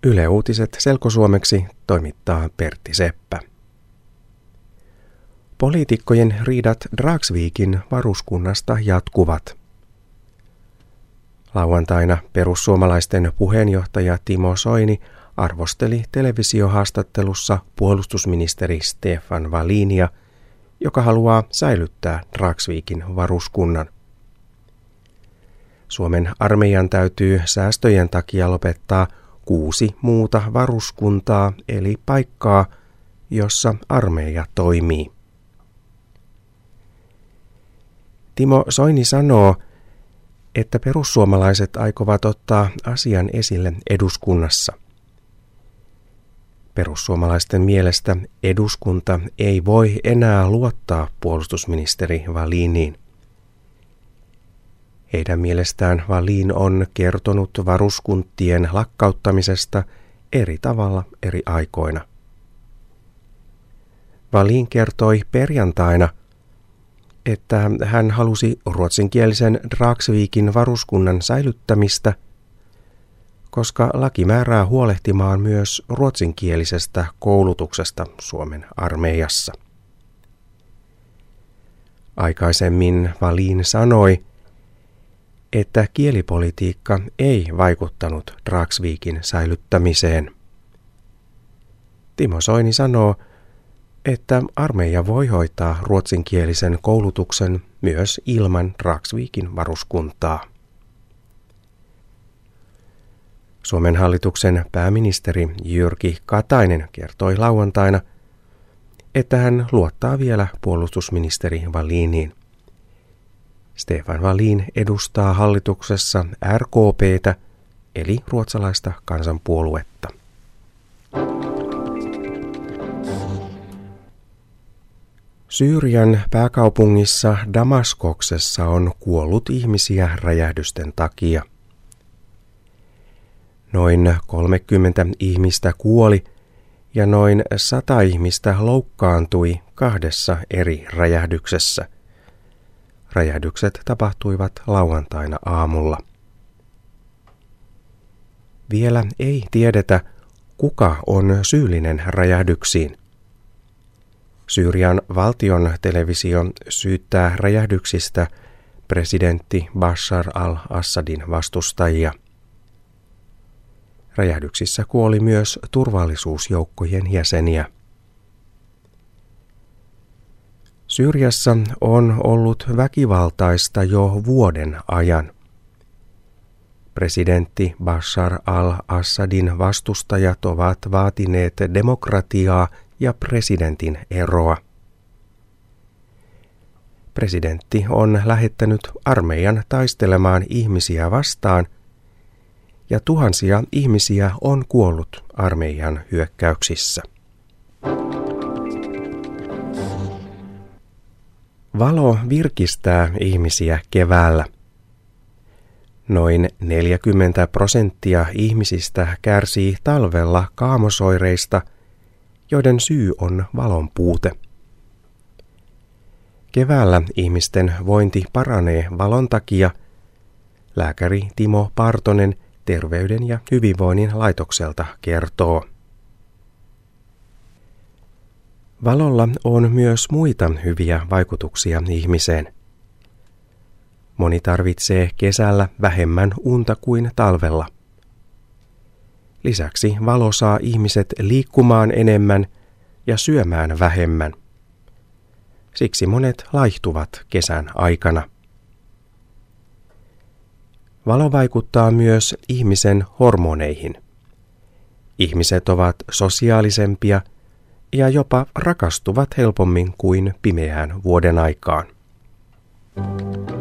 Yle Uutiset selkosuomeksi toimittaa Pertti Seppä. Poliitikkojen riidat Dragsvikin varuskunnasta jatkuvat. Lauantaina perussuomalaisten puheenjohtaja Timo Soini arvosteli televisiohaastattelussa puolustusministeri Stefan Wallinia, joka haluaa säilyttää Dragsvikin varuskunnan. Suomen armeijan täytyy säästöjen takia lopettaa 6 muuta varuskuntaa eli paikkaa, jossa armeija toimii. Timo Soini sanoo, että perussuomalaiset aikovat ottaa asian esille eduskunnassa. Perussuomalaisten mielestä eduskunta ei voi enää luottaa puolustusministeri Walliniin. Heidän mielestään Wallin on kertonut varuskuntien lakkauttamisesta eri tavalla eri aikoina. Wallin kertoi perjantaina, että hän halusi ruotsinkielisen Dragsvikin varuskunnan säilyttämistä, koska laki määrää huolehtimaan myös ruotsinkielisestä koulutuksesta Suomen armeijassa. Aikaisemmin Wallin sanoi, että kielipolitiikka ei vaikuttanut Dragsvikin säilyttämiseen. Timo Soini sanoo, että armeija voi hoitaa ruotsinkielisen koulutuksen myös ilman Dragsvikin varuskuntaa. Suomen hallituksen pääministeri Jyrki Katainen kertoi lauantaina, että hän luottaa vielä puolustusministeri Walliniin. Stefan Wallin edustaa hallituksessa RKP:tä eli ruotsalaista kansanpuoluetta. Syyrian pääkaupungissa Damaskoksessa on kuollut ihmisiä räjähdysten takia. Noin 30 ihmistä kuoli ja noin 100 ihmistä loukkaantui 2 eri räjähdyksessä. Räjähdykset tapahtuivat lauantaina aamulla. Vielä ei tiedetä, kuka on syyllinen räjähdyksiin. Syyrian valtion televisio syyttää räjähdyksistä presidentti Bashar al-Assadin vastustajia. Räjähdyksissä kuoli myös turvallisuusjoukkojen jäseniä. Syyriassa on ollut väkivaltaista jo vuoden ajan. Presidentti Bashar al-Assadin vastustajat ovat vaatineet demokratiaa ja presidentin eroa. Presidentti on lähettänyt armeijan taistelemaan ihmisiä vastaan, ja tuhansia ihmisiä on kuollut armeijan hyökkäyksissä. Valo virkistää ihmisiä keväällä. Noin 40% ihmisistä kärsii talvella kaamosoireista, joiden syy on valon puute. Keväällä ihmisten vointi paranee valon takia, lääkäri Timo Partonen Terveyden ja hyvinvoinnin laitokselta kertoo. Valolla on myös muita hyviä vaikutuksia ihmiseen. Moni tarvitsee kesällä vähemmän unta kuin talvella. Lisäksi valo saa ihmiset liikkumaan enemmän ja syömään vähemmän. Siksi monet laihtuvat kesän aikana. Valo vaikuttaa myös ihmisen hormoneihin. Ihmiset ovat sosiaalisempia ja jopa rakastuvat helpommin kuin pimeään vuoden aikaan.